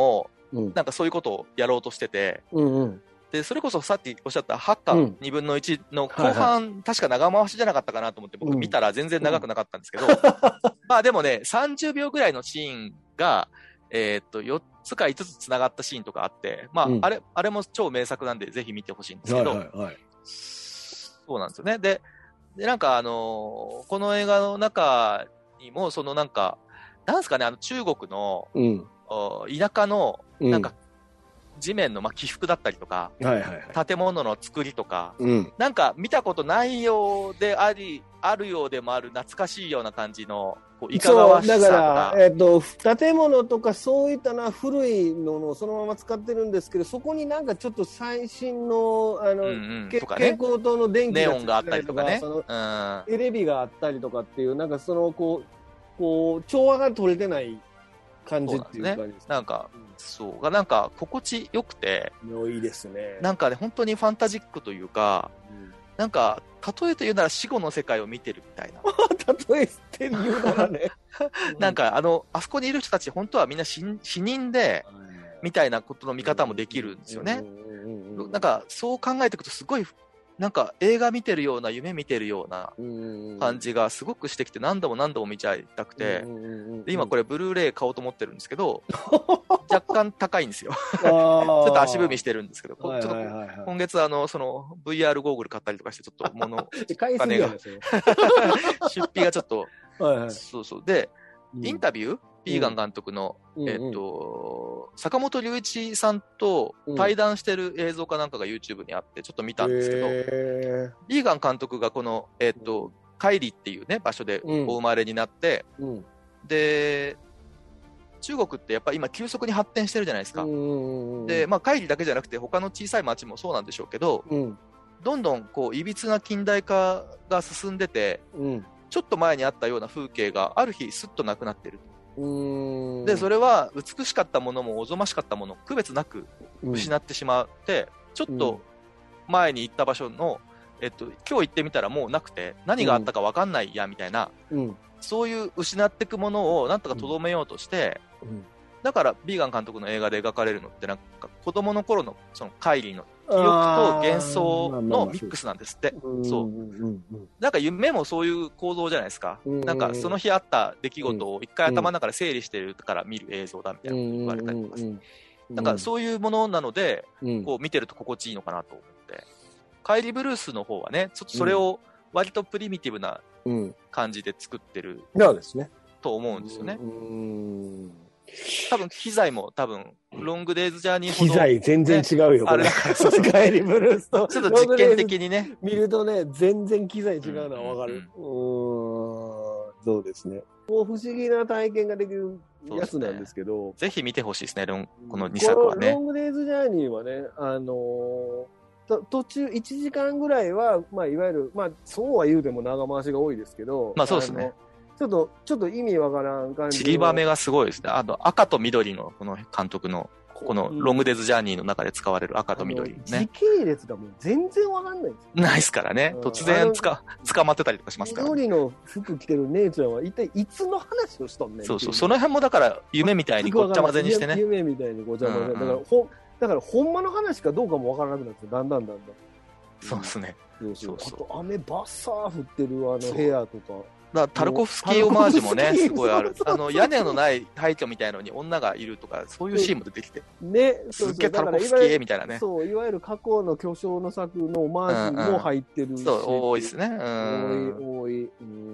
なんかそういうことをやろうとしてて、で、それこそさっきおっしゃった8巻2分の1の後半、確か長回しじゃなかったかなと思って僕見たら全然長くなかったんですけど、まあでもね、30秒ぐらいのシーンが、4つか5つ繋がったシーンとかあって、まあ、あれも超名作なんでぜひ見てほしいんですけど、そうなんですよね。で、なんかこの映画の中にも、そのなんか、なんですかね、中国の、田舎の、なんか、地面の起伏だったりとか、建物の作りとか、なんか見たことないようであるようでもある懐かしいような感じの、いかがわしさとか。 だから、建物とかそういったな古いのをそのまま使ってるんですけど、そこになんかちょっと最新の、蛍光灯の電気ネオンがあったりとかね。 テレビがあったりとかっていう、なんかその、調和が取れてない感じっていう感じですね。 なんか、そうがなんか心地よくて、 いいですね。 なんかね、本当にファンタジックというか、なんか、例えて言うなら死後の世界を見てるみたいな。 例えて言うならね。 なんかあそこにいる人たち本当はみんな死人で、みたいなことの見方もできるんですよね。なんか、そう考えていくとすごい、なんか映画見てるような、夢見てるような感じがすごくしてきて、何度も見ちゃいたくて、で今これブルーレイ買おうと思ってるんですけど、若干高いんですよ。ちょっと足踏みしてるんですけど、ちょっと今月その VR ゴーグル買ったりとかして、ちょっとお金が、出費がちょっと、そうそう。で、インタビュービーガン監督の、坂本龍一さんと対談してる映像かなんかが YouTube にあってちょっと見たんですけど、ビーガン監督がこの、カイリっていうね場所でお生まれになって、で中国ってやっぱり今急速に発展してるじゃないですか。で、カイリだけじゃなくて他の小さい町もそうなんでしょうけど、どんどんこういびつな近代化が進んでて、ちょっと前にあったような風景がある日スッとなくなってる。でそれは美しかったものもおぞましかったもの区別なく失ってしまって、ちょっと前に行った場所の、今日行ってみたらもうなくて何があったか分かんないやみたいな、そういう失っていくものをなんとかとどめようとして、だからビーガン監督の映画で描かれるのってなんか子供の頃のそのカイリーの記憶と幻想のミックスなんですって。そう。なんか夢もそういう構造じゃないですか。なんかその日あった出来事を一回頭の中で整理してるから見る映像だみたいなこと言われたりとかして。なんかそういうものなので、こう見てると心地いいのかなと思って。カイリーブルースの方はね、ちょっとそれを割とプリミティブな感じで作ってると思うんですよね。多分機材もロングデイズジャーニーほど、 機材全然違うよ、 あれだからそうカイリーブルースとちょっと実験的にね見るとね、全然機材違うのはわかる。そうですね。もう不思議な体験ができるやつなんですけど、 ぜひ見てほしいですね、この2作はね。 ロングデイズジャーニーはね、途中1時間ぐらいは、いわゆる、そうは言うても長回しが多いですけど、 そうですね。 ちょっと意味わからん感じ。 散りばめがすごいですね。赤と緑のこの監督の、このロングデイズジャーニーの中で使われる赤と緑ね。 時系列がもう全然わかんないですよ。ないですからね。突然捕まってたりとかしますから、ね。 緑の服着てる姉ちゃんは一体いつの話をしとんねん。 そうそう。その辺もだから夢みたいにごっちゃ混ぜにしてね。 夢みたいにごっちゃ混ぜ。だからほんまの話かどうかもわからなくなって、だんだん。 そうですね。 あと雨バッサー降ってる部屋とか。 タルコフスキーオマージュもね、すごいある。屋根のない廃墟みたいのに女がいるとか、そういうシーンも出てきて。 ね、 すっげえタルコフスキーみたいなね。 そう、いわゆる過去の巨匠の作のオマージュも入ってるし。 そう、多いですね。 多い。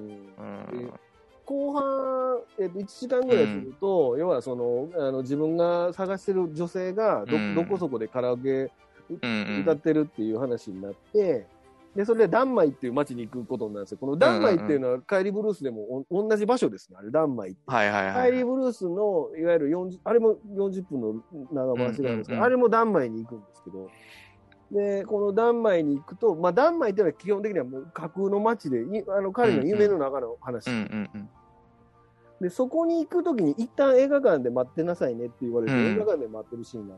後半、1時間ぐらいすると、要は自分が探してる女性がどこそこでカラオケ歌ってるっていう話になって、で、それでダンマイっていう街に行くことになるんですよ。このダンマイっていうのはカイリーブルースでも同じ場所ですね。あれ、ダンマイって。カイリーブルースの、いわゆるあれも40分の長回しがあるんですけど、あれもダンマイに行くんですけど、で、このダンマイに行くと、ダンマイっていうのは基本的にはもう架空の街で、彼の夢の中の話。で、そこに行くときに一旦映画館で待ってなさいねって言われて、映画館で待ってるシーンがあって、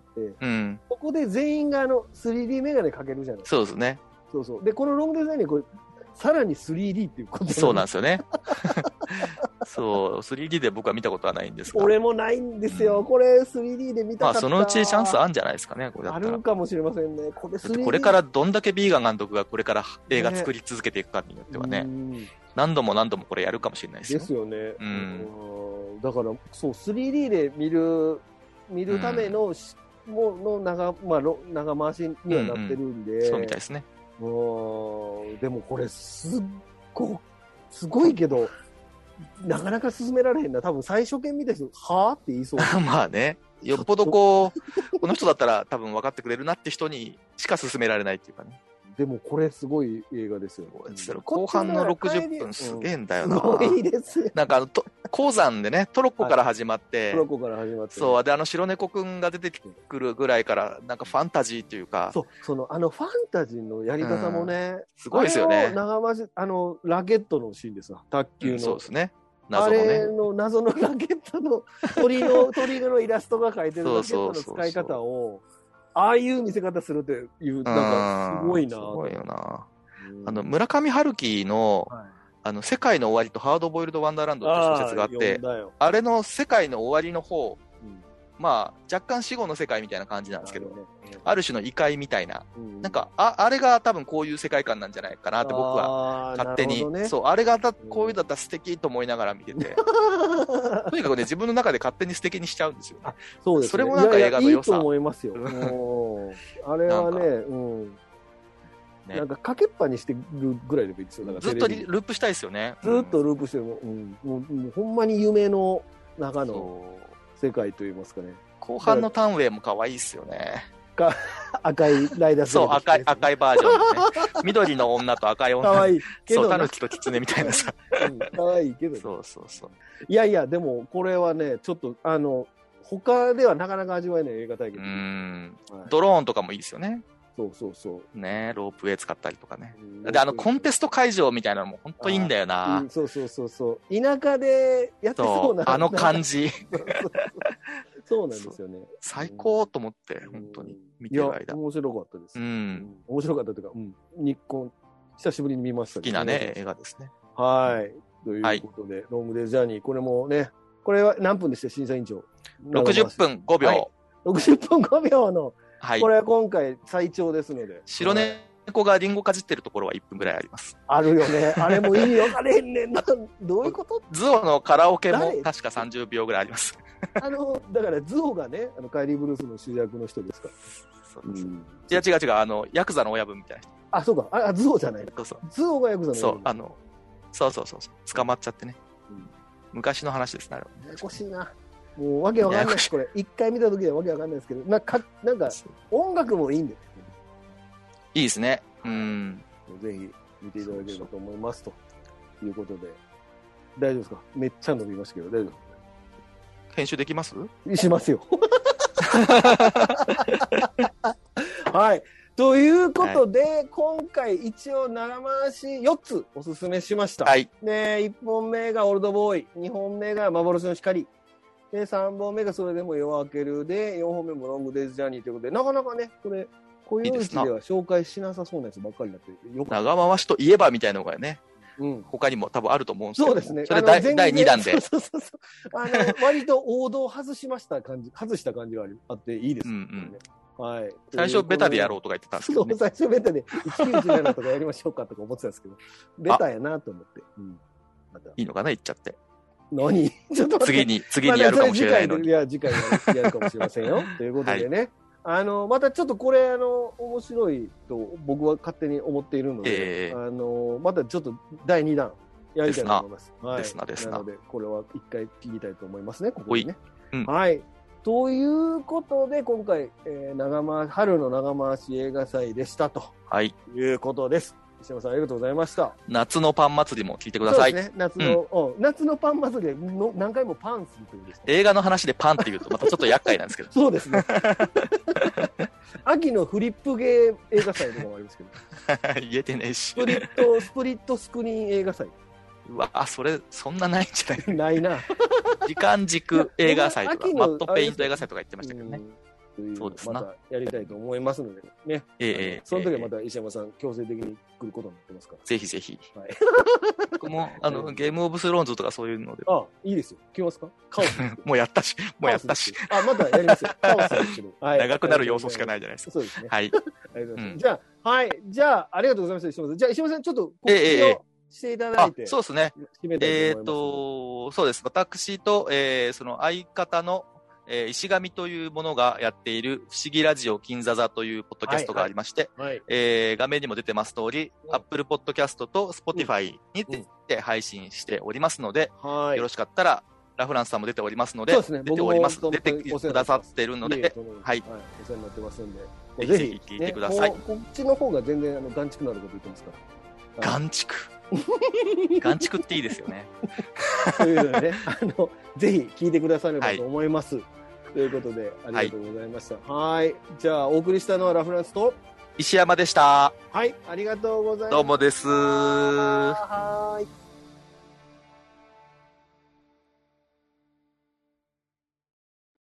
ここで全員が3D メガネかけるじゃないですか。 そうですね。 そう。で、このロングデザインにさらに 3D っていうことそうなんですよね。 そう、3D で僕は見たことはないんですが。 俺もないんですよ。これ 3D で見たかった。 そのうちチャンスあるんじゃないですかね、これだったら。 あるかもしれませんね。 これからどんだけビーガン監督がこれから映画作り続けていくかによってはね、何度も何度もこれやるかもしれないですよ。 ですよね。だから、そう、3D で見るための、長回しにはなってるんで。 そうみたいですね。 でもこれすごいけど、なかなか進められへんな。多分最初見た人、はぁって言いそう。 まあね。よっぽどこの人だったら多分分かってくれるなって人にしか進められないっていうかね。 でもこれすごい映画ですよ。 後半の60分すげえんだよな。 すごいですよ。 なんか鉱山でね、トロッコから始まって、 トロッコから始まって。 そう、で、白猫くんが出てくるぐらいから、なんかファンタジーっていうか。 そう、ファンタジーのやり方もね、 すごいですよね。 長回し、ラケットのシーンですわ、卓球の。 そうですね。 あれの謎のラケットの鳥のイラストが描いてるラケットの使い方を、ああいう見せ方するっていう、なんかすごいな。すごいよな。村上春樹の、世界の終わりとハードボイルドワンダーランドって小説があって、あれの世界の終わりの方、まあ、若干死後の世界みたいな感じなんですけど、ある種の異界みたいな、なんか、あれが多分こういう世界観なんじゃないかなって僕は勝手に、そう、あれがこういうだったら素敵と思いながら見てて、とにかくね、自分の中で勝手に素敵にしちゃうんですよね。 そうですね。 それもなんか映画の良さ。 いいと思いますよ。あれはね、なんかかけっぱにしてるぐらいでもいいですよ。 ずっとループしたいですよね。 ずっとループしても、もうほんまに夢の中の世界といいますかね。 後半のタンウェイも可愛いっすよね。 赤いライダース。 そう、赤いバージョンね。緑の女と赤い女。 可愛いけど。そう、タヌキとキツネみたいなさ。 可愛いけど。 そう。 いやいや、でもこれはね、ちょっと他ではなかなか味わえない映画体験。 ドローンとかもいいですよね。 そうね、ロープウェイ使ったりとかね。で、コンテスト会場みたいなのも本当いいんだよな。 そう。田舎でやってそうな。 感じ。 そうなんですよね。 最高と思って、本当に。見てる間。 いや、面白かったです。面白かったというか、日本、久しぶりに見ました。 好きなね、映画ですね。 はい。ということで、ロングデイジャーニー、これもね、これは何分でした審査委員長。 60分5秒。 60分5秒の、これは今回最長ですので。 白猫がリンゴかじってるところは1分ぐらいあります。 あるよね。あれも意味分かれへんねんな。どういうこと？ ズオのカラオケも確か30秒ぐらいあります。 だからズオがね、カイリー・ブルースの主役の人ですから。 そうです。いや違う、ヤクザの親分みたいな人。 あ、そうか。ズオじゃない。 そう。 ズオがヤクザの親分。そう。捕まっちゃってね。昔の話ですね、あれは。 ややこしいな。もうわけわかんないです。これ、一回見た時はわけわかんないですけど、なんか、音楽もいいんで。 いいですね。 ぜひ見ていただければと思いますということで。大丈夫ですか？めっちゃ伸びましたけど、大丈夫？ 編集できます？ しますよ。はい。ということで、今回一応長回し4つおすすめしました。 はい。 で、1本目がオールドボーイ、2本目が幻の光、で、3本目がそれでも夜明けるで、4本目もロングデイズジャーニーということで、なかなかね、これ、こういう日では紹介しなさそうなやつばっかりになってよく長回しといえばみたいなのがね、他にも多分あると思うんですけど。 そうですね。 それ第2弾で。 そう。割と王道を外した感じがあっていいですね。はい。 最初ベタでやろうとか言ってたんですけど、ね。 そう、最初ベタで1917とかやりましょうかとか思ってたんですけど、ベタやなと思って。 いいのかな言っちゃって。 何ちょっと次にやるかもしれないのに。 いや、次回やるかもしれませんよ。ということでね。またちょっとこれ、面白いと僕は勝手に思っているので、またちょっと第2弾やりたいと思います。 ですな。 なので、これは一回聞きたいと思いますね、ここにね。はい。ということで、今回、春の長回し映画祭でしたと。 はい。 いうことです。石山さん、ありがとうございました。 夏のパン祭りも聞いてください。 そうですね。夏のパン祭りで何回もパンするというですね。 映画の話でパンって言うとまたちょっと厄介なんですけど。 そうですね。秋のフリップゲー映画祭とかもありますけど。 言えてねえし。 スプリットスクリーン映画祭。 うわ、そんなないんじゃないないな。 時間軸映画祭とか、マットペイント映画祭とか言ってましたけどね。 というのをまたやりたいと思いますのでね。その時はまた石山さん強制的に来ることになってますから。 ぜひぜひ。はい。僕もゲームオブスローンズとかそういうので。 いいですよ。来ますか？カオス。 もうやったし。またやりますよ。カオスですけど。 長くなる要素しかないじゃないですか。 そうですね。 はい。 じゃあ、ありがとうございました、石山さん。じゃあ、石山さん、ちょっと告知をしていただいて。 そうですね。そうです。私と、その相方の、石上というものがやっている不思議ラジオ金座座というポッドキャストがありまして、画面にも出てます通り、Apple Podcast と Spotify にて配信しておりますので、よろしかったら、ラフランスさんも出ておりますので、出てくださっているので、はい。 お世話になってますんで、 ぜひ聞いてください。 こっちの方が全然眼蓄のあること言ってますから。 眼蓄眼蓄っていいですよね。 というのでね、ぜひ聞いてくださればと思います。ということで、ありがとうございました。はい。じゃあ、お送りしたのはラフランスと石山でした。 はい、ありがとうございます。 どうもです。 はい。